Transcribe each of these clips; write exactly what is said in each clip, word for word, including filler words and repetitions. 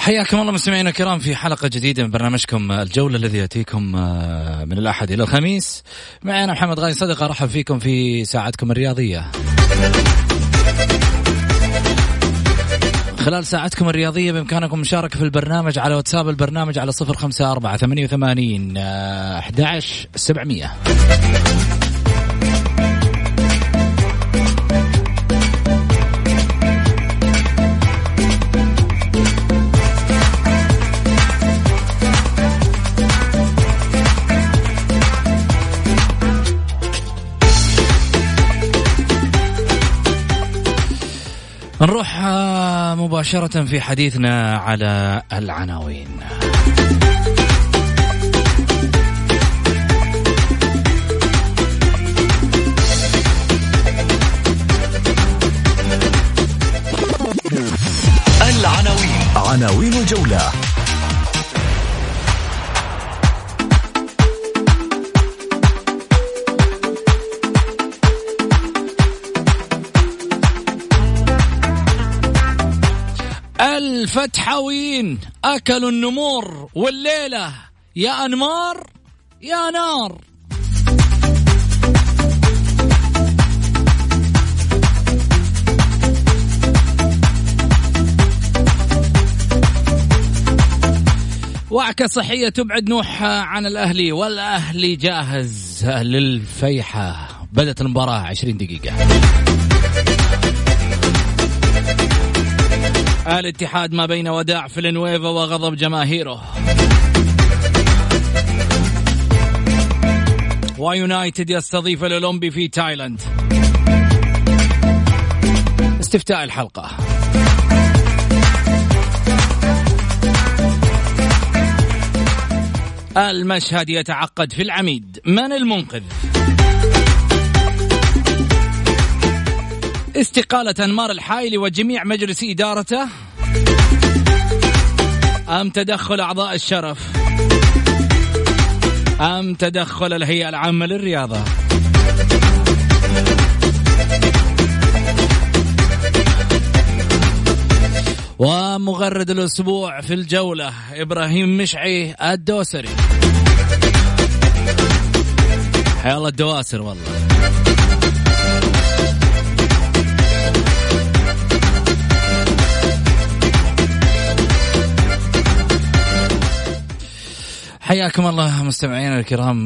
حياكم الله مستمعينا الكرام في حلقة جديدة من برنامجكم الجولة الذي يأتيكم من الأحد إلى الخميس. معي أنا محمد غاي صدقة، أرحب فيكم في ساعتكم الرياضية. خلال ساعتكم الرياضية بإمكانكم مشاركة في البرنامج على واتساب البرنامج على صفر خمسة أربعة ثمانية وثمانين أحد عشر سبعمية. نروح مباشرة في حديثنا على العناوين. العناوين عناوين الجولة. الفتحويين أكلوا النمور والليلة يا أنمار يا نار. وعكة صحية تبعد نوح عن الأهلي والأهلي جاهز للفيحة. بدأت المباراة عشرين دقيقة. الاتحاد ما بين وداع فيلنويفا وغضب جماهيره. ويونايتد يستضيف الأولمبي في تايلاند. استفتاء الحلقة. المشهد يتعقد في العميد، من المنقذ؟ استقالة أنمار الحايلي وجميع مجلس إدارته أم تدخل أعضاء الشرف أم تدخل الهيئة العامة للرياضة؟ ومغرد الأسبوع في الجولة إبراهيم مشعي الدوسري. حيا الله الدواسر والله. حياكم الله مستمعينا الكرام،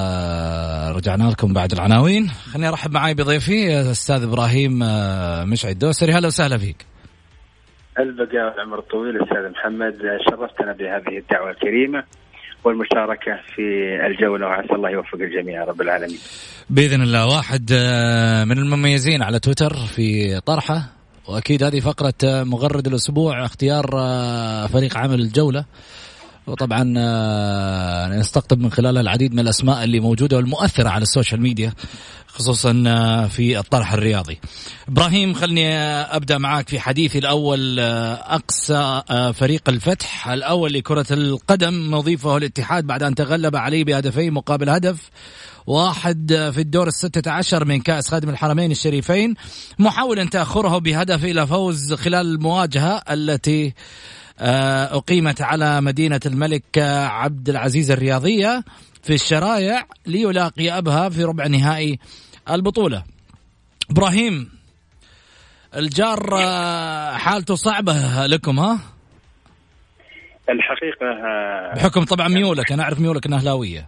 رجعنا لكم بعد العناوين. خليني أرحب معاي بضيفي الأستاذ إبراهيم مشعي الدوسري. هلا وسهلا فيك. البقاء والعمر الطويل أستاذ محمد، شرفتنا بهذه الدعوة الكريمة والمشاركة في الجولة، وعسى الله يوفق الجميع رب العالمين بإذن الله. واحد من المميزين على تويتر في طرحة، وأكيد هذه فقرة مغرد الأسبوع، اختيار فريق عمل الجولة، وطبعا نستقطب من خلالها العديد من الأسماء اللي موجودة والمؤثرة على السوشيال ميديا، خصوصا في الطرح الرياضي. إبراهيم، خلني أبدأ معاك في حديثي الأول. أقصى فريق الفتح الأول لكرة القدم مضيفه الاتحاد بعد أن تغلب عليه بهدفين مقابل هدف واحد في الدور الستة عشر من كأس خادم الحرمين الشريفين، محاولا تأخره بهدف إلى فوز خلال المواجهة التي أقيمت على مدينة الملك عبد العزيز الرياضية في الشرايع ليلاقي أبها في ربع نهائي البطولة. إبراهيم، الجار حالته صعبة لكم ها؟ الحقيقة بحكم طبعا ميولك، أنا أعرف ميولك أهلاوية.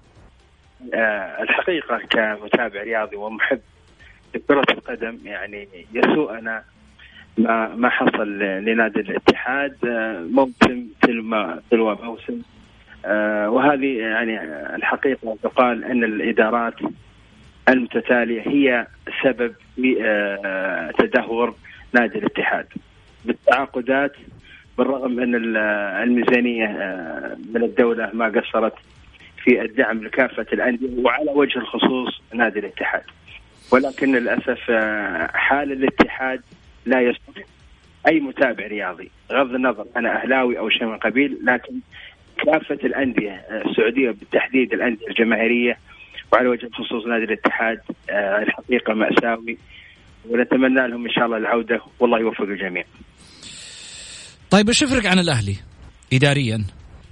الحقيقة كمتابع رياضي ومحب لكرة القدم يعني يسوءنا ما ما حصل لنادي الاتحاد موسم تلو موسم، وهذه يعني الحقيقة تقال أن الإدارات المتتالية هي سبب في تدهور نادي الاتحاد بالتعاقدات، بالرغم أن الميزانية من الدولة ما قصرت في الدعم لكافة الأندية وعلى وجه الخصوص نادي الاتحاد، ولكن للأسف حال الاتحاد لا يصلح أي متابع رياضي، غض النظر أنا أهلاوي أو شيء من قبيل، لكن كافة الأندية السعودية بالتحديد الأندية الجماهيرية وعلى وجه الخصوص نادي الاتحاد الحقيقة مأساوي، ونتمنى لهم إن شاء الله العودة والله يوفق الجميع. طيب، وش يفرق عن الأهلي؟ إداريا؟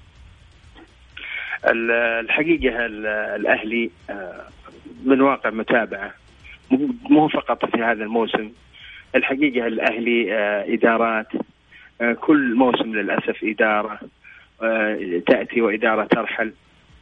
الحقيقة الأهلي من واقع متابعة مو فقط في هذا الموسم، الحقيقة الأهلي إدارات كل موسم للأسف إدارة تأتي وإدارة ترحل.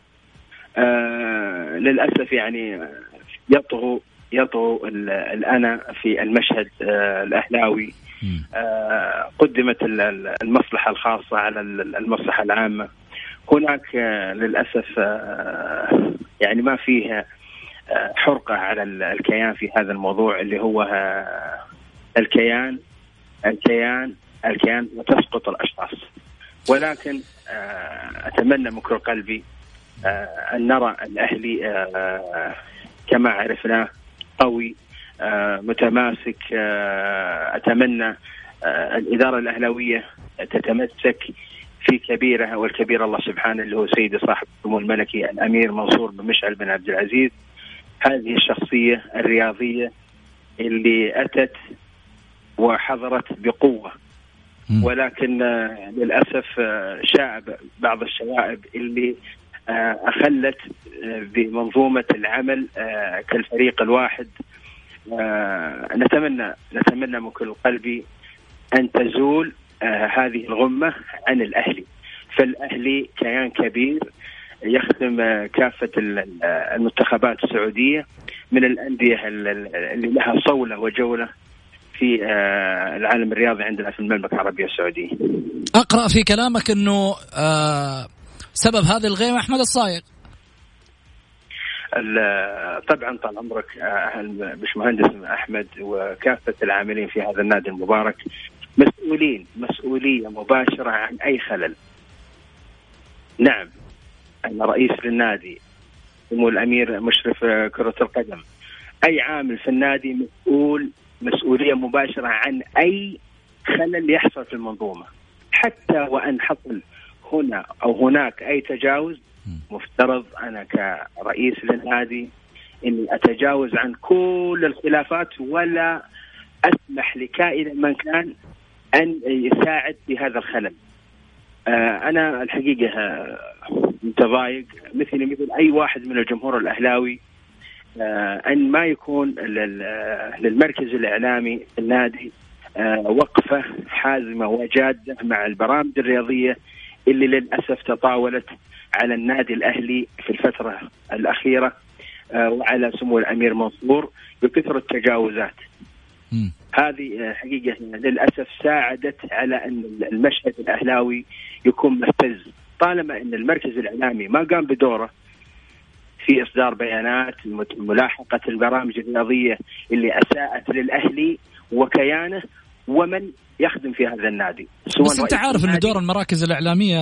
للأسف يعني يطغو يطغو الأنا في المشهد الأهلاوي. قدمت المصلحة الخاصة على المصلحة العامة. هناك للأسف يعني ما فيها حرقة على الكيان في هذا الموضوع اللي هو الكيان الكيان الكيان وتسقط الأشخاص. ولكن أتمنى من كل قلبي أن نرى الأهلي كما عرفناه قوي متماسك. أتمنى الإدارة الأهلاوية تتمسك في كبيرها، والكبير الله سبحانه اللي هو سيد صاحب السمو الملكي الأمير منصور بن مشعل بن عبد العزيز. هذه الشخصية الرياضية اللي أتت وحضرت بقوة، ولكن للأسف شائب بعض الشوائب اللي أخلت بمنظومة العمل كالفريق الواحد. نتمنى نتمنى من كل قلبي أن تزول هذه الغمة عن الأهلي. فالأهلي كيان كبير يخدم كافة المنتخبات السعودية من الأندية اللي لها صولة وجولة في العالم الرياضي عندنا في المملكة العربية السعودية. أقرأ في كلامك أنه سبب هذه الغيمة أحمد الصايغ. طبعا طال عمرك باشمهندس أحمد وكافة العاملين في هذا النادي المبارك مسؤولين مسؤولية مباشرة عن أي خلل. نعم، أنا رئيس للنادي سمو الأمير مشرف كرة القدم، أي عامل في النادي مسؤول مسؤولية مباشرة عن أي خلل يحصل في المنظومة. حتى وأن حصل هنا أو هناك أي تجاوز، مفترض أنا كرئيس للنادي إني أتجاوز عن كل الخلافات ولا أسمح لكائن من كان أن يساعد في هذا الخلل. أنا الحقيقة متضايق مثل مثل أي واحد من الجمهور الأهلاوي أن ما يكون للمركز الإعلامي النادي وقفة حازمة وجادة مع البرامج الرياضية اللي للأسف تطاولت على النادي الأهلي في الفترة الأخيرة وعلى سمو الأمير منصور بكثرة التجاوزات. م. هذه حقيقة للأسف ساعدت على أن المشهد الأهلاوي يكون مهتز. طالما أن المركز الإعلامي ما قام بدوره في إصدار بيانات ملاحقة البرامج الرياضية اللي أساءت للأهلي وكيانه ومن يخدم في هذا النادي. بس أنت عارف أن دور المراكز الإعلامية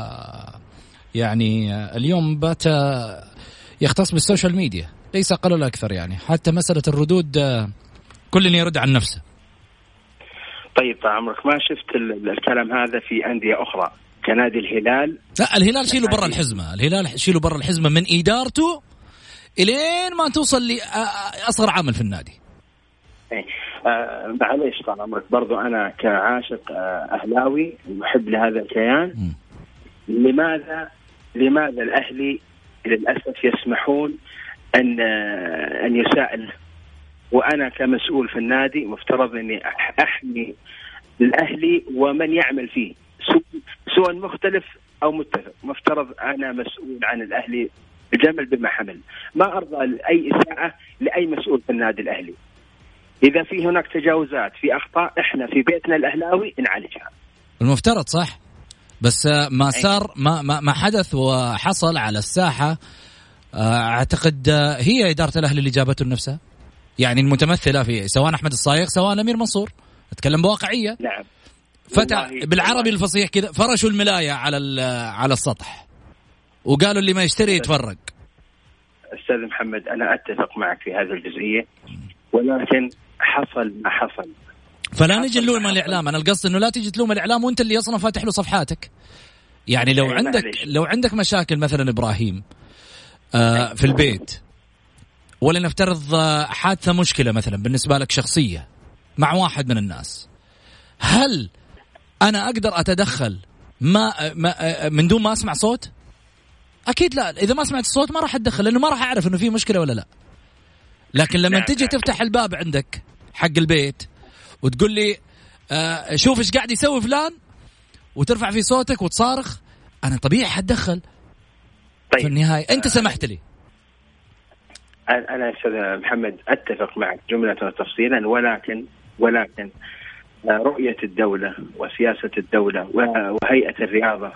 يعني اليوم بات يختص بالسوشيال ميديا ليس أقل ولا أكثر. يعني حتى مسألة الردود كل يرد عن نفسه. طيب عمرك ما شفت الكلام هذا في أندية أخرى كنادي الهلال؟ لا، الهلال شيله برا الحزمة، الهلال شيله برا الحزمة من إدارته إلين ما توصل لأصغر عمل في النادي. إيه آه معليش طال عمرك، برضو أنا كعاشق آه أهلاوي محب لهذا الكيان. م. لماذا لماذا الأهلي للأسف يسمحون أن آه أن يسائل؟ وأنا كمسؤول في النادي مفترض أني أحمي الأهلي ومن يعمل فيه سواء مختلف أو متفق. مفترض أنا مسؤول عن الأهلي الجمل بما حمل. ما أرضى أي إساءة لأي مسؤول في النادي الأهلي. إذا في هناك تجاوزات في أخطاء إحنا في بيتنا الأهلاوي نعالجها المفترض، صح؟ بس ما صار ما ما ما حدث وحصل على الساحة أعتقد هي إدارة الأهلي اللي جابته لنفسها، يعني المتمثلة في سواء أحمد الصايغ سواء أمير منصور. أتكلم بواقعية. نعم. فتح بالعربي الفصيح كذا، فرشوا الملاية على على السطح وقالوا اللي ما يشتري يتفرق. أستاذ محمد أنا أتفق معك في هذه الجزئية، ولكن حصل ما حصل. فلا نجي نلوم الإعلام. أنا القصد إنه لا تيجي تلوم الإعلام وأنت اللي أصلا فاتح له صفحاتك. يعني لو عندك لو عندك مشاكل مثلا إبراهيم آه في البيت، ولا نفترض حادثة مشكلة مثلا بالنسبة لك شخصية مع واحد من الناس، هل أنا أقدر أتدخل ما, ما من دون ما أسمع صوت؟ أكيد لا. إذا ما سمعت الصوت ما راح أتدخل، لأنه ما راح أعرف إنه في مشكلة ولا لا. لكن لما نعم تجي نعم. تفتح الباب عندك حق البيت وتقول لي آه شوف إيش قاعد يسوي فلان وترفع في صوتك وتصارخ، أنا طبيعي حتدخل. طيب. في النهاية أنت سمحت لي. أنا أستاذ محمد أتفق معك جملة وتفصيلا، ولكن ولكن رؤية الدولة وسياسة الدولة وهيئة الرياضة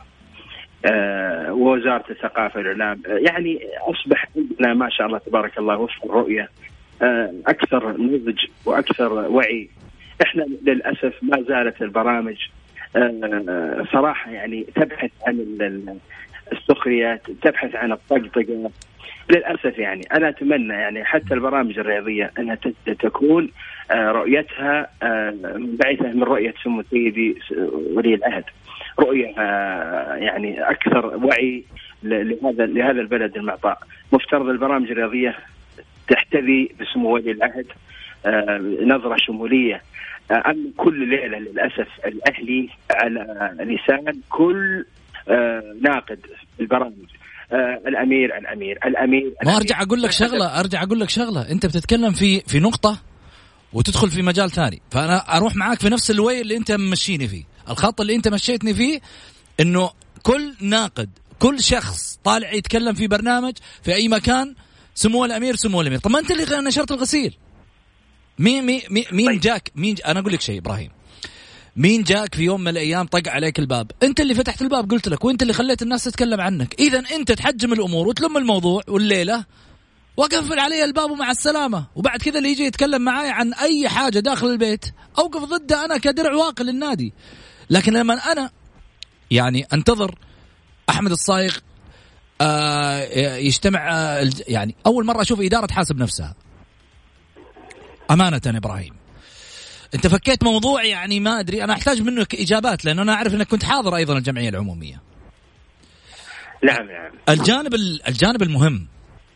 ووزارة الثقافة والإعلام يعني أصبح عندنا ما شاء الله تبارك الله وفق الرؤية أكثر نضج وأكثر وعي. إحنا للأسف ما زالت البرامج صراحة يعني تبحث عن السخرية، تبحث عن الطقطقة للأسف. يعني أنا أتمنى يعني حتى البرامج الرياضية أنها تكون رؤيتها منبعثة من رؤية سمو سيدي ولي العهد، رؤية يعني أكثر وعي لهذا لهذا البلد المعطاء. مفترض البرامج الرياضية تحتوي بسمو ولي العهد نظرة شمولية. أما كل ليلة للأسف الأهلي على لسان كل ناقد البرامج آه الأمير الأمير الأمير ما أرجع أقول لك شغلة أرجع أقول لك شغلة أنت بتتكلم في في نقطة وتدخل في مجال ثاني، فأنا أروح معاك في نفس الوي اللي أنت مشيني فيه، الخط اللي أنت مشيتني فيه، إنه كل ناقد كل شخص طالع يتكلم في برنامج في أي مكان سمو الأمير سمو الأمير. طب ما أنت اللي نشرت الغسيل. مين مين مين جاك مين ج... أنا أقول لك شيء إبراهيم، مين جاك في يوم من الأيام طق عليك الباب؟ أنت اللي فتحت الباب قلت لك، وأنت اللي خليت الناس تتكلم عنك. إذن أنت تحجم الأمور وتلم الموضوع والليلة وقفل علي الباب ومع السلامة، وبعد كذا اللي يجي يتكلم معاي عن أي حاجة داخل البيت أوقف ضده أنا كدرع واقع للنادي. لكن لما أنا يعني أنتظر أحمد الصايغ آه يجتمع آه يعني أول مرة أشوف إدارة تحاسب نفسها أمانة إبراهيم. أنت فكيت موضوع يعني ما أدري، أنا أحتاج منك إجابات لأنه أنا أعرف أنك كنت حاضر أيضا الجمعية العمومية. نعم نعم. الجانب الجانب المهم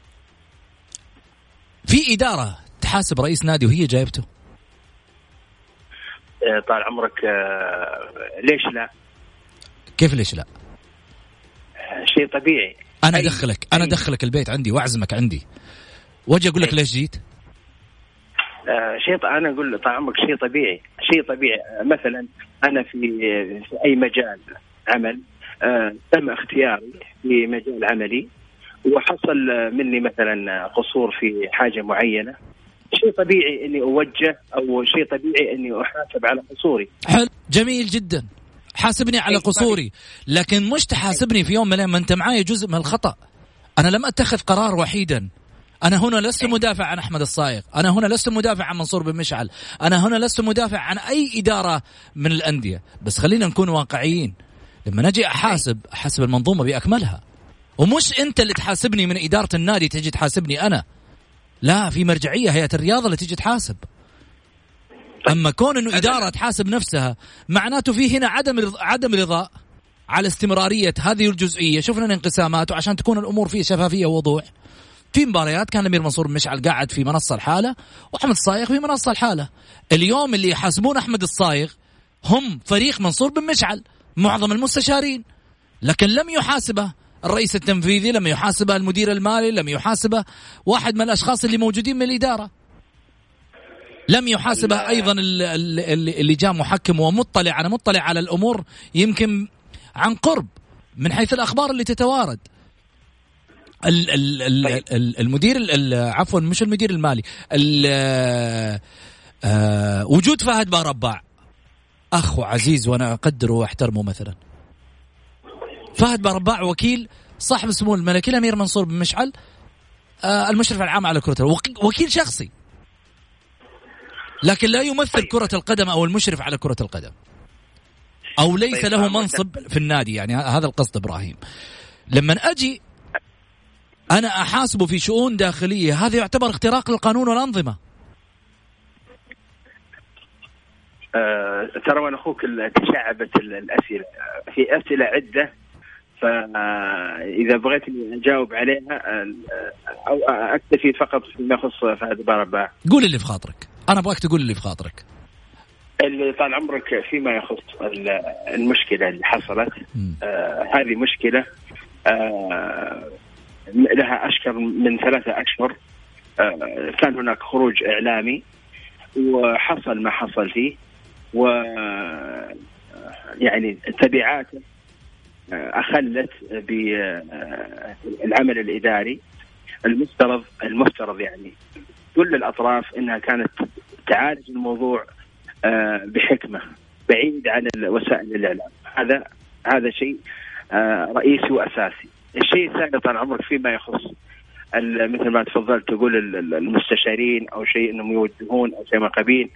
في إدارة تحاسب رئيس نادي وهي جايبته. طال عمرك ليش لا؟ كيف ليش لا؟ شيء طبيعي. أنا أدخلك أنا أدخلك البيت عندي وأعزمك عندي وأجي أقول لك ليش جيت؟ آه شيء أنا أقول طال عمرك شيء طبيعي شيء طبيعي. مثلا أنا في في أي مجال عمل آه تم اختياري في مجال عملي وحصل مني مثلا قصور في حاجة معينة، شيء طبيعي إني أوجه أو شيء طبيعي إني أحاسب على قصوري. حلو جميل جدا، حاسبني على قصوري، لكن مش تحاسبني في يوم من الأيام ما أنت معايا جزء من الخطأ. أنا لم أتخذ قرار وحيدا، أنا هنا لست مدافع عن أحمد الصايغ، أنا هنا لست مدافع عن منصور بن مشعل، أنا هنا لست مدافع عن أي إدارة من الأندية. بس خلينا نكون واقعيين، لما نجي أحاسب أحاسب المنظومة بأكملها، ومش أنت اللي تحاسبني من إدارة النادي تجي تحاسبني أنا. لا، في مرجعية هيئة الرياضة اللي تجي تحاسب. أما كون إنه إدارة تحاسب نفسها معناته فيه هنا عدم عدم رضا على استمرارية هذه الجزئية. شفنا الانقسامات، وعشان تكون الأمور فيه شفافية ووضوح، في مباريات كان الأمير منصور بن مشعل قاعد في منصة الحالة وأحمد الصايغ في منصة الحالة. اليوم اللي يحاسبون أحمد الصايغ هم فريق منصور بن مشعل، معظم المستشارين، لكن لم يحاسبه الرئيس التنفيذي، لم يحاسبه المدير المالي، لم يحاسبه واحد من الأشخاص اللي موجودين من الإدارة، لم يحاسبه أيضا اللي جاء محكم ومطلع أنا مطلع على الأمور يمكن عن قرب من حيث الأخبار اللي تتوارد. ال ال ال المدير عفوا مش المدير المالي، آه وجود فهد بارباع أخو عزيز وأنا أقدره وأحترمه. مثلا فهد بارباع وكيل صاحب سمو الملكي الأمير منصور بن مشعل، آه المشرف العام على كرة القدم، وكيل شخصي، لكن لا يمثل كرة القدم أو المشرف على كرة القدم، أو ليس له منصب في النادي. يعني هذا القصد إبراهيم. لما أجي أنا أحاسبه في شؤون داخلية، هذا يعتبر اختراق للقانون والأنظمة. أه ترى وأنا أخوك تشعبت الأسئلة، في أسئلة عدة، فإذا بغيت أجاوب عليها أو أكتفي فقط فيما يخص فهد بارباع. قول اللي في خاطرك، أنا أبغاك تقول اللي في خاطرك. اللي طال عمرك فيما يخص المشكلة اللي حصلت، آه هذه مشكلة آه لها أشهر من ثلاثة أشهر. آه كان هناك خروج إعلامي وحصل ما حصل فيه، و يعني تبعاته أخلت بالعمل الإداري. المفترض المفترض يعني كل الأطراف إنها كانت تعالج الموضوع بحكمة بعيد عن وسائل الإعلام. هذا هذا شيء رئيسي وأساسي. الشيء الثاني طال عمرك فيما يخص مثل ما تفضلت تقول المستشارين أو شيء إنهم يوجهون أو شيء ما قبيل.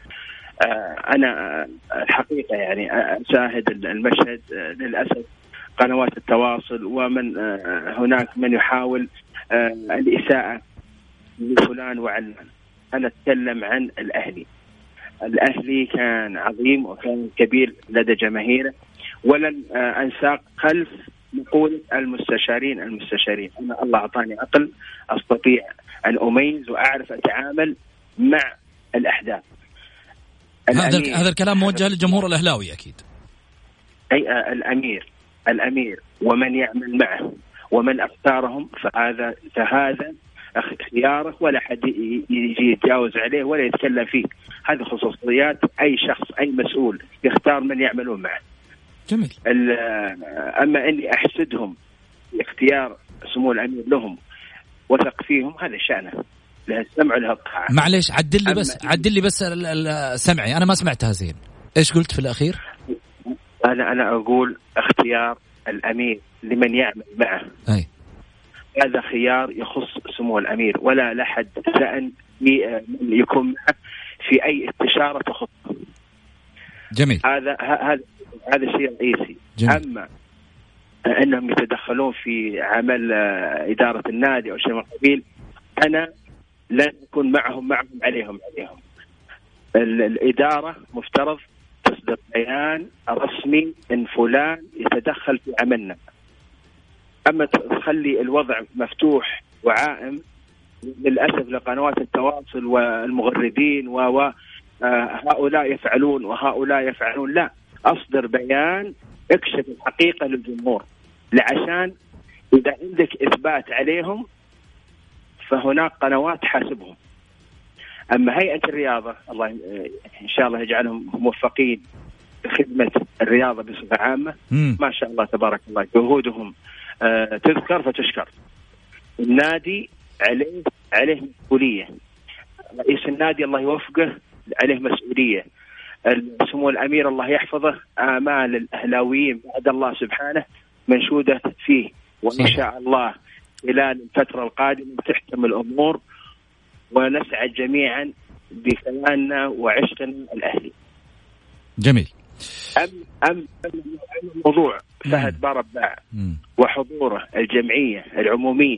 أنا الحقيقة يعني أشاهد المشهد للأسف قنوات التواصل ومن هناك من يحاول الإساءة لفلان وعلان. أنا أتكلم عن الأهلي. الأهلي كان عظيم وكان كبير لدى جماهيره، ولن أنساق خلف مقولة المستشارين المستشارين. أنا الله أعطاني عقل أستطيع أن أميز وأعرف أتعامل مع الأحداث. هذا هذا الكلام موجه للجمهور الأهلاوي أكيد. أي الأمير الأمير ومن يعمل معه ومن اختارهم فهذا فهذا اختياره، ولا حد يجي يتجاوز عليه ولا يتكلم فيه. هذه خصوصيات أي شخص أي مسؤول يختار من يعملون معه. جميل. أما أني أحسدهم اختيار سمو الأمير لهم وثق فيهم هذا شأنه، لها السمع ولها الطاعة. معليش عدل لي بس عدل لي بس سمعي أنا ما سمعتها زين. إيش قلت في الأخير؟ أنا أنا أقول اختيار الأمير لمن يعمل معه أي. هذا خيار يخص سمو الأمير، ولا لحد شأن يكون معه في أي استشارة تخصه. جميل. هذا هذا هذا شيء رئيسي. جميل. أما أنهم يتدخلون في عمل إدارة النادي أو شيء من القبيل، أنا لن أكون معهم معهم عليهم عليهم. الإدارة مفترض تصدر بيان رسمي إن فلان يتدخل في عملنا. أما تخلي الوضع مفتوح وعائم للأسف لقنوات التواصل والمغردين وهؤلاء يفعلون وهؤلاء يفعلون، لا، أصدر بيان اكشف الحقيقة للجمهور، لعشان إذا عندك إثبات عليهم فهناك قنوات حاسبهم. أما هيئة الرياضة الله إن شاء الله يجعلهم موفقين بخدمة الرياضة بصفة عامة. مم. ما شاء الله تبارك الله جهودهم آه تذكر فتشكر. النادي عليه عليه مسؤولية، رئيس النادي الله يوفقه عليه مسؤولية. سمو الأمير الله يحفظه آمال الأهلاويين بعد الله سبحانه منشودة فيه، وإن شاء الله خلال الفترة القادمة تحتم الأمور ونسعد جميعا بكياننا وعشقنا الأهلي. جميل. أم أم موضوع فهد بارباع وحضوره الجمعية العمومية،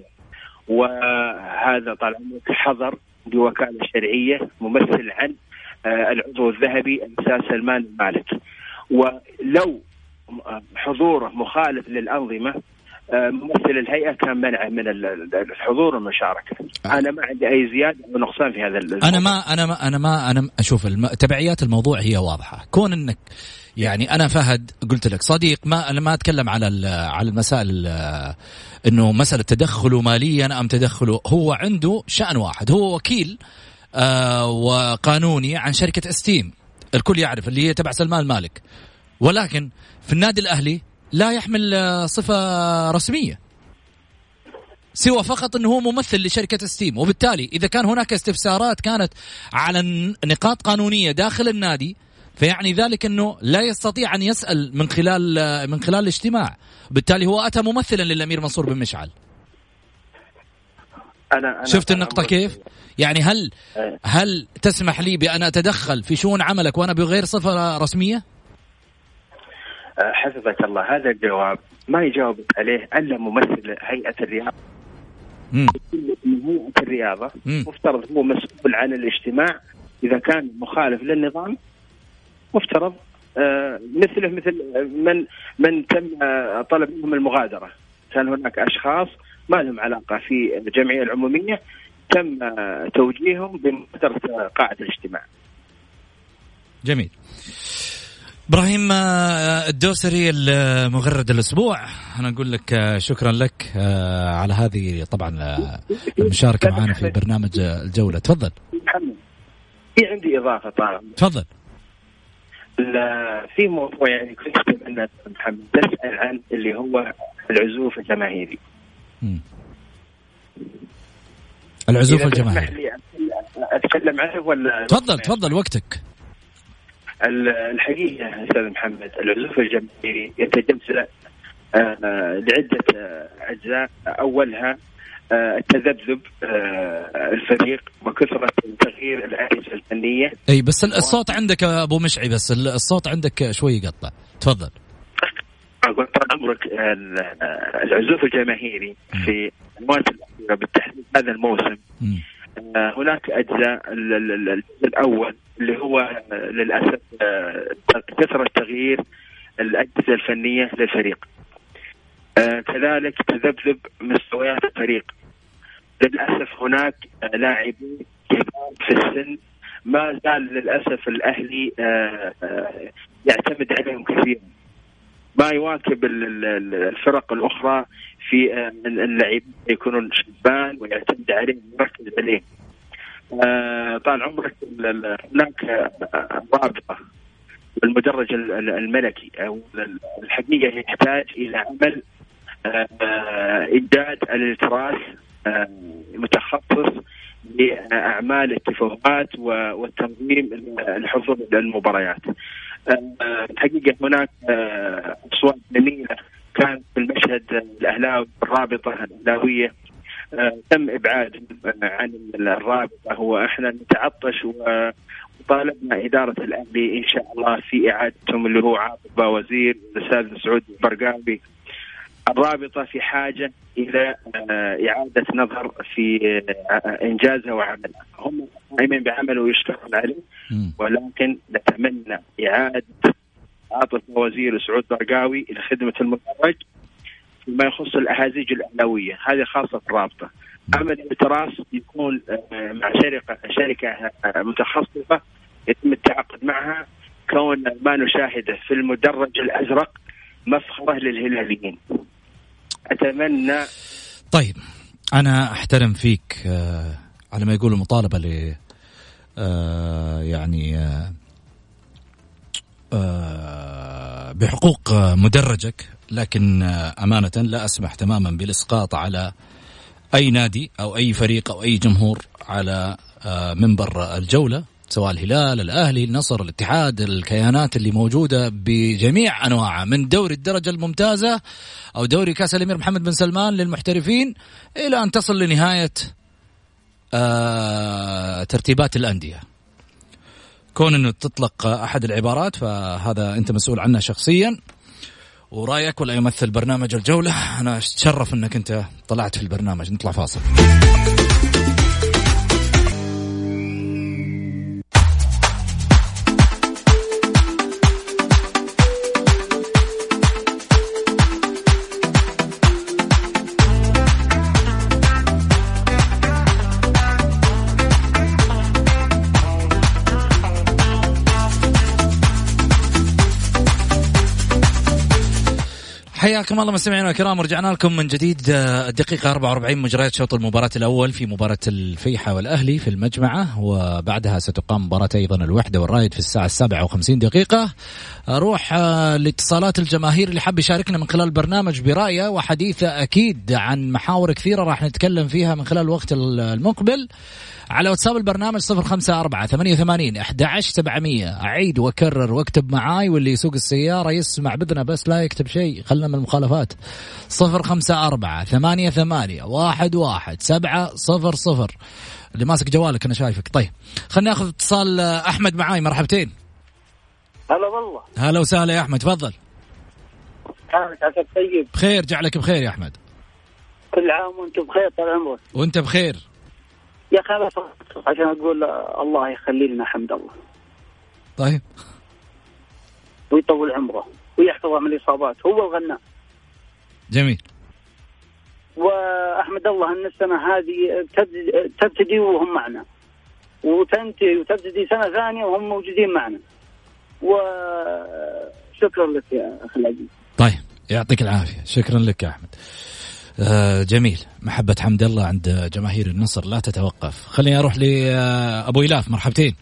وهذا طال عمرك حضر بوكالة شرعية ممثل عن العضو الذهبي الأستاذ سلمان المالك، ولو حضوره مخالف للأنظمة ممثل الهيئة كان منع من الحضور والمشاركة. أنا ما عندي أي زيادة أو نقصان في هذا الموضوع. أنا ما أنا ما أنا ما أنا أشوف الم... تبعيات الموضوع هي واضحة. كون إنك يعني أنا فهد قلت لك صديق، ما أنا ما أتكلم على على المسائل إنه مسألة تدخله ماليا أم تدخله، هو عنده شأن واحد، هو وكيل آه وقانوني عن شركة استيم، الكل يعرف اللي هي تبع سلمان المالك، ولكن في النادي الأهلي لا يحمل صفة رسمية سوى فقط أنه هو ممثل لشركة ستيم. وبالتالي إذا كان هناك استفسارات كانت على نقاط قانونية داخل النادي فيعني ذلك أنه لا يستطيع أن يسأل من خلال من خلال الاجتماع. بالتالي هو أتى ممثلا للأمير منصور بن مشعل. أنا أنا شفت النقطة كيف؟ يعني هل هل تسمح لي بأن أتدخل في شؤون عملك وأنا بغير صفة رسمية؟ حفظك الله، هذا الجواب ما يجاوب عليه إلا ممثل هيئة الرياضة. مم. هيئة الرياضة مم. مفترض هو مسؤول عن الاجتماع، إذا كان مخالف للنظام مفترض آه مثله مثل من من تم آه طلب منهم المغادرة. كان هناك أشخاص ما لهم علاقة في الجمعية العمومية تم آه توجيههم بمغادرة قاعة الاجتماع. جميل. إبراهيم الدوسري المغرد الأسبوع، أنا أقول لك شكرا لك على هذه طبعا المشاركة معنا في برنامج الجولة. تفضل. في عندي إضافة طبعا. تفضل. في موضوع يعني كنت أتمنى محمد تسأل عن اللي هو العزوف الجماهيري. م. العزوف الجماهيري أتكلم عنه ولا؟ تفضل تفضل وقتك. الحقيقة أستاذ محمد العزوف الجماهيري يتجزأ لعدة أجزاء، أولها التذبذب الفريق وكثرة تغيير الأجهزة الفنية. أي بس الصوت عندك أبو مشعي، بس الصوت عندك شوي يقطع. تفضل. أقول طال عمرك العزوف الجماهيري في المواسم الأخيرة بالتحديد هذا الموسم م. هناك أجزاء الأول اللي هو للأسف كثرة تغيير الأجهزة الفنية للفريق، كذلك تذبذب مستويات الفريق. للأسف هناك لاعبين كبار في السن ما زال للأسف الأهلي يعتمد عليهم كثيرا، ما يواكب الفرق الأخرى في اللاعبين يكونون شبان ويعتمد عليهم ويركز عليهم. طال عمرك هناك رابطة المدرج الملكي أو الحقيقة يحتاج إلى عمل إيجاد التراث متخصص لأعمال التفاهمات والتنظيم الحضور للمباريات. الحقيقة هناك أصوات جميلة كان في المشهد الأهلاوي، الرابطة الأهلاوية تم إبعاد عن الرابطة، هو إحنا نتعطش وطالبنا إدارة الأهلي إن شاء الله في إعادتهم، اللي هو عاطف باوزير والأستاذ سعود البرقابي. الرابطة في حاجة إلى إعادة نظر في إنجازها وعملها، هم قائمين بعمل ويشتغلون عليه، ولكن نتمنى إعادة عاطف باوزير وسعود البرقابي إلى خدمة المدرج فيما يخص الأهازيج الأهلاوية، هذه خاصة في الرابطة. أما التراث يكون مع شركة شركة متخصصة يتم التعاقد معها، كون ما نشاهده في المدرج الأزرق مفخرة للهلاليين. أتمنى. طيب أنا أحترم فيك آه على ما يقول المطالبة ل آه يعني آه آه بحقوق مدرجك، لكن آه أمانة لا أسمح تماما بالإسقاط على أي نادي أو أي فريق أو أي جمهور على آه منبر الجولة، سواء الهلال، الأهلي، النصر، الاتحاد، الكيانات اللي موجودة بجميع أنواعها، من دوري الدرجة الممتازة أو دوري كأس الأمير محمد بن سلمان للمحترفين إلى أن تصل لنهاية آه ترتيبات الأندية. كون أنه تطلق أحد العبارات فهذا أنت مسؤول عنه شخصيا، ورأيك ولا يمثل برنامج الجولة. أنا أتشرف أنك أنت طلعت في البرنامج. نطلع فاصل. حياكم الله مستمعينا الكرام، ورجعنا لكم من جديد. الدقيقة أربعة وأربعين مجريات شوط المباراة الأول في مباراة الفيحة والأهلي في المجمعة، وبعدها ستقام مباراة أيضا الوحدة والرايد في الساعة السابعة وخمسين دقيقة. أروح لاتصالات الجماهير اللي حاب يشاركنا من خلال البرنامج برأيه وحديثه أكيد عن محاور كثيرة راح نتكلم فيها من خلال الوقت المقبل على واتساب البرنامج صفر خمسة أربعة ثمانية ثمانين أحد عشر سبعمية. أعيد وأكرر واكتب معاي، واللي يسوق السيارة يسمع بذنا بس لا يكتب شيء، خلنا من المخالفات. صفر خمسة أربعة ثمانية ثمانية واحد واحد سبعة صفر صفر. اللي ماسك جوالك أنا شايفك. طيب خلنا ناخذ اتصال. أحمد معاي، مرحبتين. هلا والله. هلا وسهلا يا أحمد، تفضل. حالك عساك طيب؟ بخير، جعلك بخير يا أحمد. كل عام وأنت بخير طال عمرك. وأنت بخير يا أخي، عشان أقول الله يخلي لنا حمد الله. طيب. ويطول عمره ويحفظه من الإصابات، هو الغناء. جميل. وأحمد الله أن السنة هذه تبتدي وهم معنا، وتنتهي وتبتدي سنة ثانية وهم موجودين معنا. وشكرا لك يا أخي العزيز. طيب يعطيك العافية، شكرا لك يا أحمد. آه جميل، محبة حمد الله عند جماهير النصر لا تتوقف. خليني أروح لأبو إلاف، مرحبتين.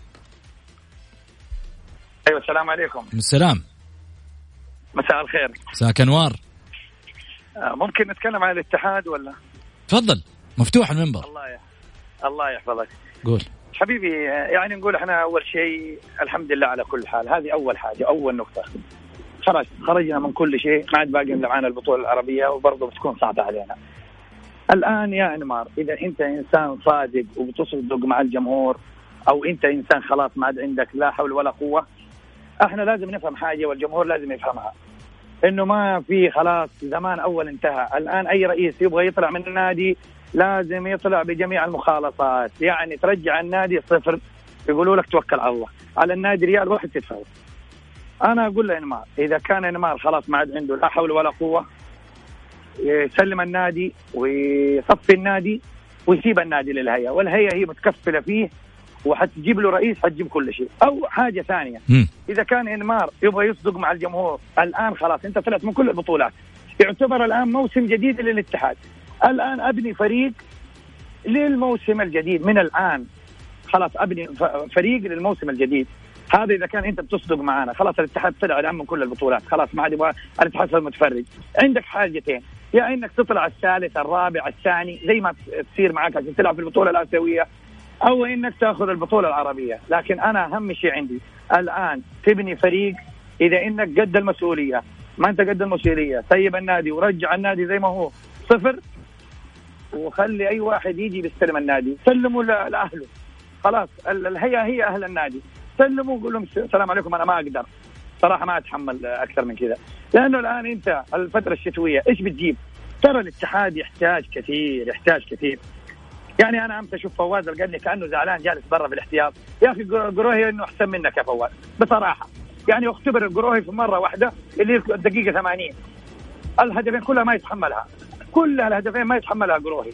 أيوة السلام عليكم. السلام، مساء الخير. مساك أنوار. آه ممكن نتكلم عن الاتحاد ولا؟ تفضل، مفتوح المنبر. الله يح... الله يحفظك. قول حبيبي. يعني نقول احنا أول شيء الحمد لله على كل حال، هذه أول حاجة، أول نقطة. خرج خرجنا من كل شيء، ما عاد باقي معنا البطولة العربية وبرضه بتكون صعبة علينا. الآن يا أنمار، إذا أنت إنسان صادق وبتصدق مع الجمهور، أو أنت إنسان خلاص ما عاد عندك لا حول ولا قوة، احنا لازم نفهم حاجة والجمهور لازم يفهمها، إنه ما في خلاص زمان أول انتهى. الآن أي رئيس يبغى يطلع من النادي لازم يطلع بجميع المخالصات، يعني ترجع النادي صفر، يقولوا لك توكل على الله، على النادي ريال واحد تدفعه. أنا أقول لإنمار، إذا كان إنمار خلاص ما عاد عنده لا حول ولا قوة، يسلم النادي ويصفي النادي ويسيب النادي للهيئة، والهيئة هي متكفلة فيه وحتجيب له رئيس، حتجيب كل شيء. أو حاجة ثانية، م. إذا كان إنمار يبغى يصدق مع الجمهور، الآن خلاص أنت طلعت من كل البطولات، يعتبر الآن موسم جديد للاتحاد. الآن أبني فريق للموسم الجديد من الآن، خلاص أبني فريق للموسم الجديد. هذا إذا كان أنت بتصدق معنا. خلاص الاتحاد طلع الآن من كل البطولات، خلاص ما عاد يبغى الاتحاد المتفرج. عندك حاجتين، يا إنك تطلع الثالث الرابع الثاني زي ما تصير معك عشان تلعب في البطولة الآسيوية، أو إنك تأخذ البطولة العربية. لكن أنا أهم شيء عندي الآن تبني فريق. إذا إنك قد المسؤولية، ما أنت قد المسؤولية، سيب النادي ورجع النادي زي ما هو صفر، وخلي أي واحد يجي بيستلم النادي، سلموا لأهله. خلاص الهيئة هي أهل النادي، سلموا وقول لهم السلام عليكم، أنا ما أقدر صراحة، ما أتحمل أكثر من كذا. لأنه الآن أنت الفترة الشتوية إيش بتجيب؟ ترى الاتحاد يحتاج كثير، يحتاج كثير. يعني أنا أمس أشوف فواز القرني كأنه زعلان جالس برا في الاحتياط. يا أخي قروهي إنه أحسن منك يا فواز بصراحة، يعني اختبر قروهي في مرة واحدة اللي الدقيقة ثمانين، الهدفين كلها ما يتحملها، كل الهدفين ما يتحملها قروهي.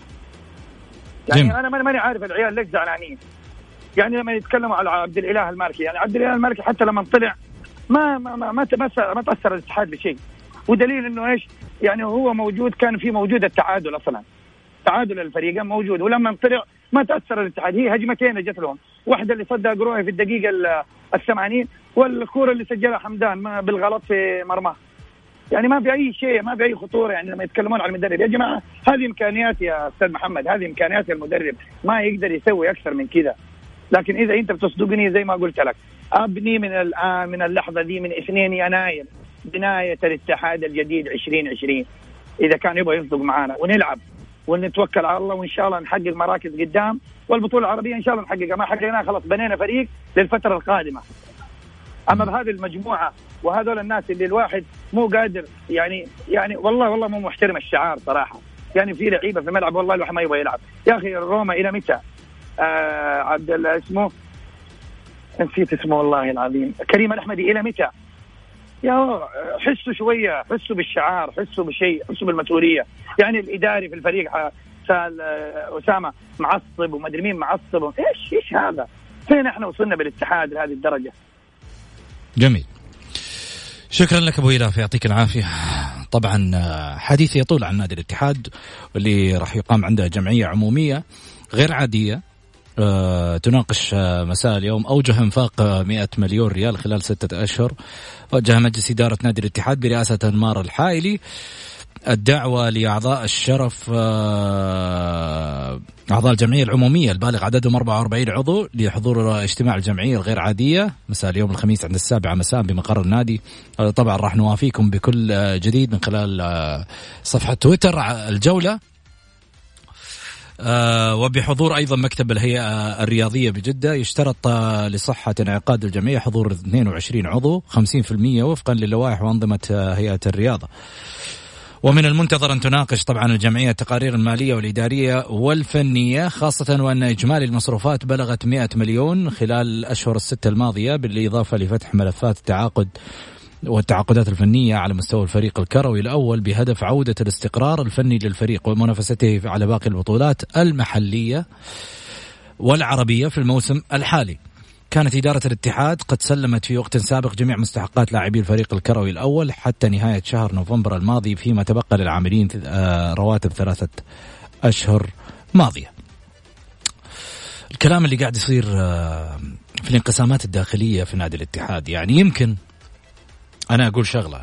يعني جم. أنا ماني عارف العيال ليش زعلانين. يعني لما يتكلموا على عبد الإله المالكي، يعني عبد الإله المالكي حتى لما طلع ما ما ما ما, ما تأثر الاتحاد بشيء، ودليل إنه إيش، يعني هو موجود، كان في موجود التعادل أصلا، تعادل الفريقين موجود، ولما طلع ما تأثر الاتحاد. هي هجمتين جت لهم، واحدة اللي صدها قروهي في الدقيقة الثمانين، والكورة اللي سجلها حمدان بالغلط في مرماه. يعني ما في أي شيء، ما في أي خطورة. يعني لما يتكلمون عن المدرب، يا جماعة هذه إمكانيات يا أستاذ محمد، هذه إمكانيات المدرب، ما يقدر يسوي أكثر من كذا. لكن إذا أنت بتصدقني زي ما قلت لك، أبني من الآن من اللحظة دي من اثنين يناير بناية الاتحاد الجديد عشرين عشرين، إذا كان يبغى يصدق معنا ونلعب ونتوكل على الله، وإن شاء الله نحقق مراكز قدام، والبطولة العربية إن شاء الله نحققها. ما حققناها خلاص بنينا فريق للفترة القادمة. أما بهذه المجموعة وهذول الناس اللي الواحد مو قادر، يعني يعني والله والله مو محترم الشعار صراحة. يعني في لعيبة في الملعب والله الواحد ما يبغى يلعب. يا أخي روما إلى متى؟ آه عبد الله اسمه نسيت اسمه والله العظيم، كريم الأحمدي إلى متى؟ يا حسوا شوية، حسوا بالشعار، حسوا بشيء، حسوا بالمسؤولية. يعني الإداري في الفريق سال أسامة معصب وما أدري مين معصب، إيش إيش هذا؟ فين إحنا وصلنا بالاتحاد لهذه الدرجة؟ جميل، شكرا لك أبو إلاف، يعطيك العافية. طبعا حديث يطول عن نادي الاتحاد، واللي راح يقام عنده جمعية عمومية غير عادية تناقش مساء اليوم أوجه إنفاق مئة مليون ريال خلال ستة أشهر. وجه مجلس إدارة نادي الاتحاد برئاسة أنمار الحائلي الدعوة لأعضاء الشرف أعضاء الجمعية العمومية البالغ عددهم أربعة وأربعين عضو لحضور اجتماع الجمعية الغير عادية مساء اليوم الخميس عند السابعة مساء بمقر النادي. طبعا راح نوافيكم بكل جديد من خلال صفحة تويتر الجولة، أه وبحضور أيضا مكتب الهيئة الرياضية بجدة. يشترط لصحة انعقاد الجمعية حضور اثنين وعشرين عضو خمسين بالمئة وفقا للوائح وأنظمة هيئة الرياضة. ومن المنتظر أن تناقش طبعا الجمعية التقارير المالية والإدارية والفنية، خاصة وأن إجمالي المصروفات بلغت مئة مليون خلال الأشهر الستة الماضية، بالإضافة لفتح ملفات التعاقد والتعاقدات الفنية على مستوى الفريق الكروي الأول بهدف عودة الاستقرار الفني للفريق ومنافسته على باقي البطولات المحلية والعربية في الموسم الحالي. كانت إدارة الاتحاد قد سلمت في وقت سابق جميع مستحقات لاعبي الفريق الكروي الأول حتى نهاية شهر نوفمبر الماضي، فيما تبقى للعاملين رواتب ثلاثة أشهر ماضية. الكلام اللي قاعد يصير في الانقسامات الداخلية في نادي الاتحاد، يعني يمكن أنا أقول شغلة،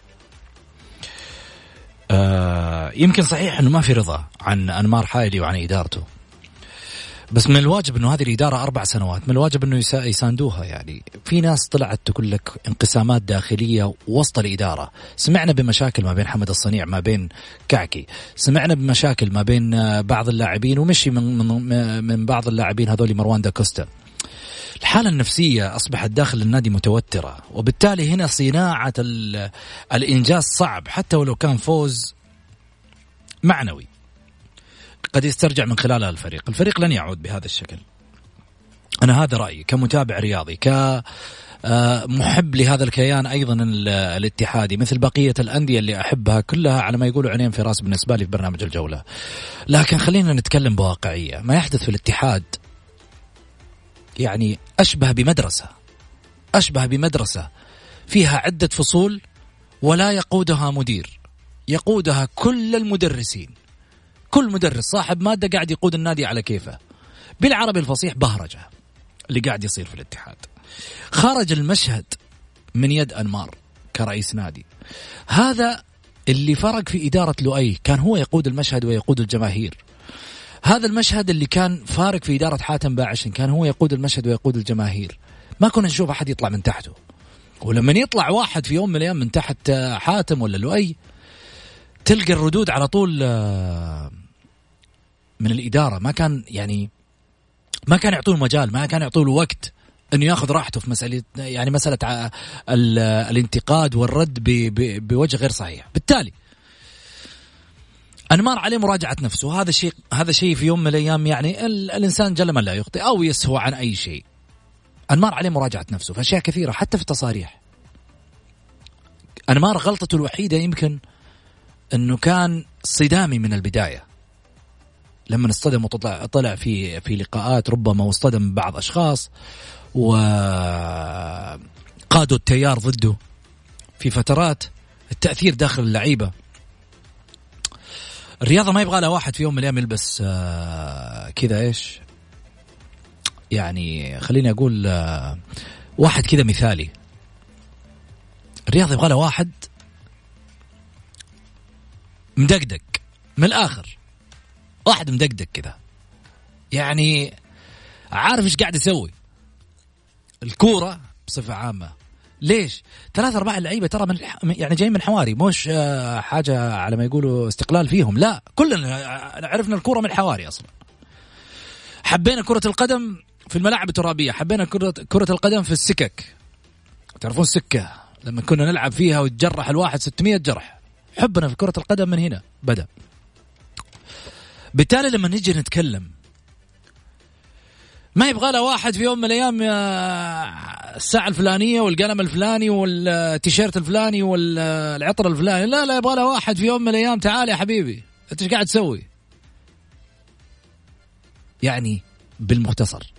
يمكن صحيح أنه ما في رضا عن أنمار حائلي وعن إدارته، بس من الواجب أنه هذه الإدارة أربع سنوات من الواجب أنه يساندوها. يعني في ناس طلعت تقول لك انقسامات داخلية وسط الإدارة، سمعنا بمشاكل ما بين حمد الصنيع ما بين كعكي، سمعنا بمشاكل ما بين بعض اللاعبين ومشي من, من, من بعض اللاعبين هذول مروان داكوستا. الحالة النفسية أصبحت داخل النادي متوترة، وبالتالي هنا صناعة الإنجاز صعب حتى ولو كان فوز معنوي قد يسترجع من خلالها الفريق. الفريق لن يعود بهذا الشكل. أنا هذا رأيي كمتابع رياضي، كمحب لهذا الكيان أيضا الاتحادي، مثل بقية الأندية اللي أحبها كلها على ما يقولوا عينين في راس بالنسبة لي في برنامج الجولة. لكن خلينا نتكلم بواقعية، ما يحدث في الاتحاد يعني أشبه بمدرسة أشبه بمدرسة فيها عدة فصول ولا يقودها مدير، يقودها كل المدرسين، كل مدرس صاحب مادة قاعد يقود النادي على كيفه. بالعربي الفصيح بهرجة اللي قاعد يصير في الاتحاد. خرج المشهد من يد أنمار كرئيس نادي، هذا اللي فرق في إدارة لؤي، كان هو يقود المشهد ويقود الجماهير. هذا المشهد اللي كان فارق في إدارة حاتم باعشن، كان هو يقود المشهد ويقود الجماهير. ما كنا نشوف أحد يطلع من تحته، ولما يطلع واحد في يوم من الأيام من تحت حاتم ولا لؤي تلقى الردود على طول من الإدارة. ما كان يعني ما كان يعطوه مجال، ما كان يعطوه وقت أنه يأخذ راحته في مسألة يعني مسألة الانتقاد والرد بوجه غير صحيح. بالتالي أنمار عليه مراجعة نفسه. هذا شيء هذا شيء في يوم من الأيام يعني الإنسان جل من لا يخطئ أو يسهو عن أي شيء. أنمار عليه مراجعة نفسه في أشياء كثيرة، حتى في التصاريح. أنمار غلطته الوحيدة يمكن أنه كان صدامي من البداية، لما اصطدم وطلع طلع في في لقاءات ربما واصطدم بعض أشخاص وقادوا التيار ضده في فترات. التأثير داخل اللعيبة، الرياضة ما يبغى لها واحد في يوم من الأيام يلبس كذا إيش يعني، خليني أقول واحد كذا مثالي. الرياضة يبغى لها واحد مدقدق من الآخر، واحد مدقدق كذا يعني عارف إيش قاعد يسوي. الكورة بصفة عامة ليش ثلاثة أربعة لعيبة ترى من يعني جايين من حواري، مش حاجة على ما يقولوا استقلال فيهم، لا كلنا عرفنا الكورة من حواري أصلا. حبينا كرة القدم في الملاعب الترابية، حبينا كرة كرة القدم في السكك، تعرفون السكة لما كنا نلعب فيها وتجرح الواحد ستمية جرح. حبنا في كرة القدم من هنا بدأ. بالتالي لما نيجي نتكلم ما يبغى له واحد في يوم من الأيام الساعة الفلانية والقلم الفلاني والتيشيرت الفلاني والعطر الفلاني، لا لا يبغى له واحد في يوم من الأيام تعال يا حبيبي أنت إيش قاعد تسوي. يعني بالمختصر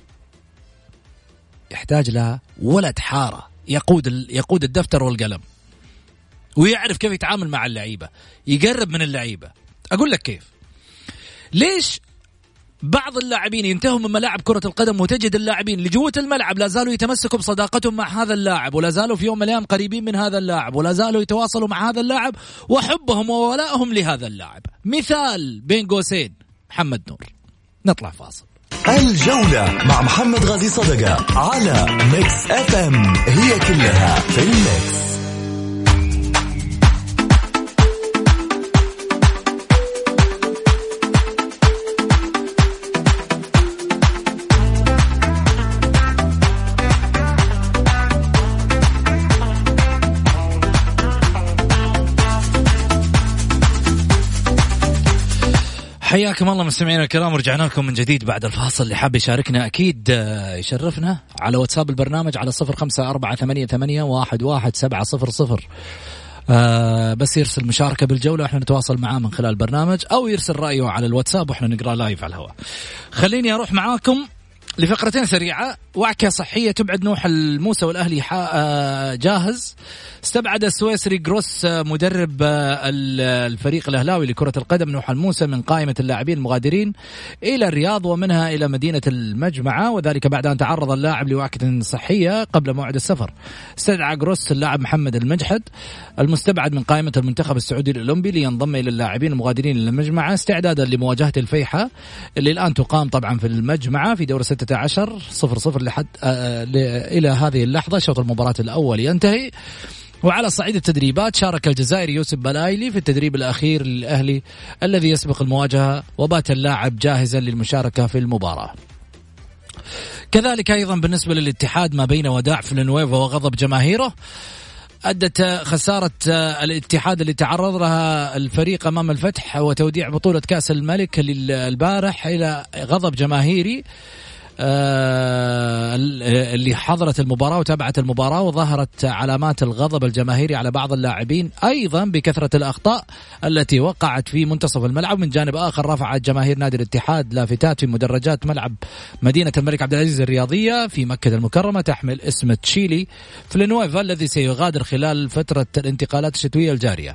يحتاج لها ولد حارة يقود يقود الدفتر والقلم ويعرف كيف يتعامل مع اللعيبة، يقرب من اللعيبة. أقول لك كيف. ليش بعض اللاعبين ينتهوا من ملاعب كرة القدم وتجد اللاعبين اللي جوة الملعب لا زالوا يتمسكوا بصداقتهم مع هذا اللاعب، ولا زالوا في يوم من الأيام قريبين من هذا اللاعب، ولا زالوا يتواصلوا مع هذا اللاعب وحبهم وولائهم لهذا اللاعب. مثال بين قوسين محمد نور. نطلع فاصل. الجولة مع محمد غازي صدقة على ميكس اف ام، هي كلها في الميكس. حياكم الله مستمعينا الكرام، ورجعنا لكم من جديد بعد الفاصل. اللي حاب يشاركنا أكيد يشرفنا على واتساب البرنامج على صفر خمسة أربعة ثمانية ثمانية واحد واحد سبعة صفر صفر. آه بس يرسل مشاركة بالجولة وإحنا نتواصل معاه من خلال البرنامج، أو يرسل رأيه على الواتساب وإحنا نقرأ لايف على الهواء. خليني أروح معاكم لفقرتين سريعة. وعكة صحية تبعد نوح الموسى والأهلي جاهز. استبعد السويسري جروس مدرب الفريق الأهلاوي لكرة القدم نوح الموسى من قائمة اللاعبين المغادرين إلى الرياض ومنها إلى مدينة المجمعة، وذلك بعد أن تعرض اللاعب لوعكة صحية قبل موعد السفر. استدعى جروس اللاعب محمد المجحد المستبعد من قائمة المنتخب السعودي الأولمبي لينضم إلى اللاعبين المغادرين إلى المجمعة استعدادا لمواجهة الفيحة اللي الآن تقام طبعا في المجمعة في دور ستة عشر صفر صفر لحد آه إلى هذه اللحظة. شوط المباراة الأول ينتهي. وعلى صعيد التدريبات شارك الجزائري يوسف بلايلي في التدريب الأخير للأهلي الذي يسبق المواجهة، وبات اللاعب جاهزا للمشاركة في المباراة. كذلك أيضا بالنسبة للاتحاد ما بين وداع فلنويفا وغضب جماهيره أدت خسارة الاتحاد اللي تعرض لها الفريق أمام الفتح وتوديع بطولة كأس الملك البارح إلى غضب جماهيري اللي حضرت المباراة وتابعت المباراة، وظهرت علامات الغضب الجماهيري على بعض اللاعبين أيضا بكثرة الأخطاء التي وقعت في منتصف الملعب. من جانب آخر رفعت جماهير نادي الاتحاد لافتات في مدرجات ملعب مدينة الملك عبد العزيز الرياضية في مكة المكرمة تحمل اسم تشيلي فلنويفا الذي سيغادر خلال فترة الانتقالات الشتوية الجارية.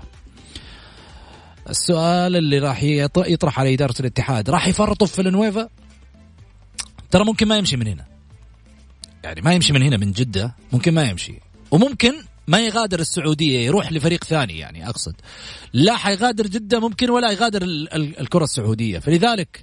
السؤال اللي راح يطرح على إدارة الاتحاد، راح يفرطوا في فلنويفا؟ ترى ممكن ما يمشي من هنا، يعني ما يمشي من هنا من جدة، ممكن ما يمشي، وممكن ما يغادر السعودية يروح لفريق ثاني، يعني أقصد لا حيغادر جدة ممكن ولا يغادر ال- ال- الكرة السعودية، فلذلك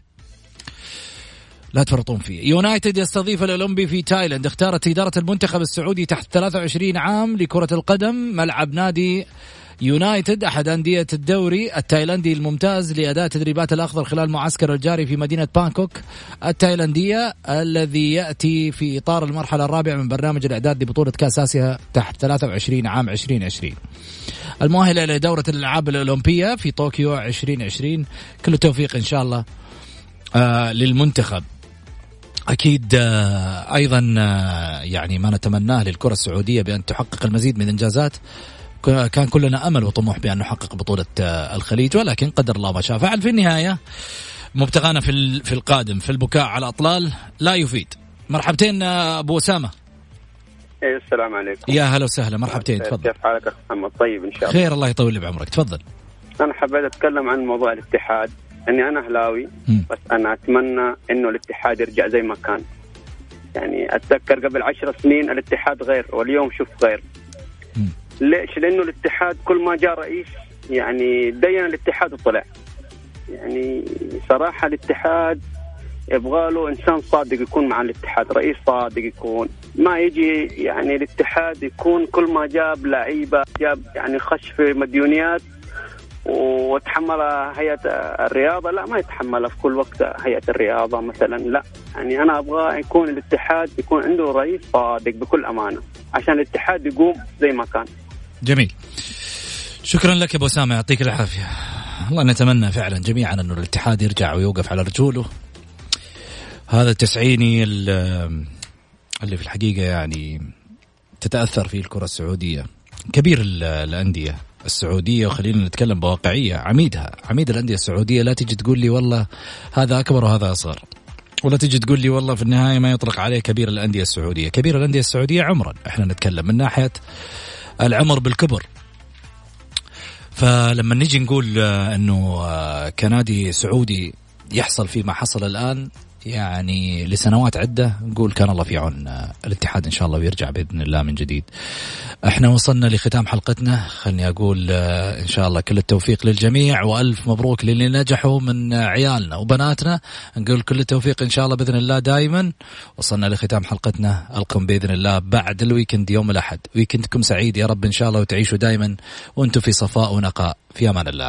لا تفرطون فيه. يونايتد يستضيف الأولمبي في تايلاند. اختارت إدارة المنتخب السعودي تحت ثلاثة وعشرين عام لكرة القدم ملعب نادي يونايتد أحد أندية الدوري التايلاندي الممتاز لأداء تدريبات الأخضر خلال معسكر الجاري في مدينة بانكوك التايلاندية الذي يأتي في إطار المرحلة الرابعة من برنامج الإعداد لبطولة كأس آسيا تحت ثلاثة وعشرين عام عشرين عشرين المؤهلة إلى دورة الألعاب الأولمبية في طوكيو عشرين عشرين. كل التوفيق إن شاء الله آه للمنتخب. أكيد آه أيضا آه يعني ما نتمناه للكرة السعودية بأن تحقق المزيد من الإنجازات. كان كلنا أمل وطموح بأن نحقق بطولة الخليج، ولكن قدر الله ما شاء فعل. في النهاية مبتغانا في في القادم في البكاء على الأطلال لا يفيد. مرحبتين أبو أسامة. إيه السلام عليكم. يا هلا وسهلا، مرحبتين. تفضل. كيف حالك أخ محمد؟ طيب إن شاء الله. خير الله يطول لي بعمرك. تفضل. أنا حبيت أتكلم عن موضوع الاتحاد، إني أنا أهلاوي بس أنا أتمنى إنه الاتحاد يرجع زي ما كان. يعني أتذكر قبل عشر سنين الاتحاد غير واليوم شوف غير. م. ليش؟ لأنه الاتحاد كل ما جاء رئيس يعني دين الاتحاد وطلع. يعني صراحة الاتحاد يبغى له إنسان صادق يكون مع الاتحاد، رئيس صادق يكون، ما يجي يعني الاتحاد يكون كل ما جاب لعيبة جاب يعني خش في مديونيات وتحملها هيئة الرياضة. لا ما يتحملها في كل وقت هيئة الرياضة مثلا، لا. يعني أنا أبغى يكون الاتحاد يكون عنده رئيس صادق بكل أمانة عشان الاتحاد يقوم زي ما كان. جميل، شكرا لك أبو أسامة، يعطيك العافية. الله نتمنى فعلا جميعا أنه الاتحاد يرجع ويوقف على رجوله. هذا التسعيني اللي في الحقيقة يعني تتأثر فيه الكرة السعودية، كبير الأندية السعودية، وخلينا نتكلم بواقعية، عميدها عميد الأندية السعودية. لا تجي تقول لي والله هذا أكبر وهذا أصغر، ولا تجي تقول لي والله في النهاية ما يطلق عليه كبير الأندية السعودية. كبير الأندية السعودية عمرا، احنا نتكلم من ناحية العمر بالكبر. فلما نيجي نقول أنه كنادي سعودي يحصل فيه ما حصل الآن يعني لسنوات عدة، نقول كان الله في عون الاتحاد إن شاء الله ويرجع بإذن الله من جديد. احنا وصلنا لختام حلقتنا، خلني أقول إن شاء الله كل التوفيق للجميع، وألف مبروك للي نجحوا من عيالنا وبناتنا. نقول كل التوفيق إن شاء الله بإذن الله دائما. وصلنا لختام حلقتنا، ألقم بإذن الله بعد الويكند يوم الأحد. ويكندكم سعيد يا رب إن شاء الله، وتعيشوا دائما وأنتم في صفاء ونقاء. في أمان الله.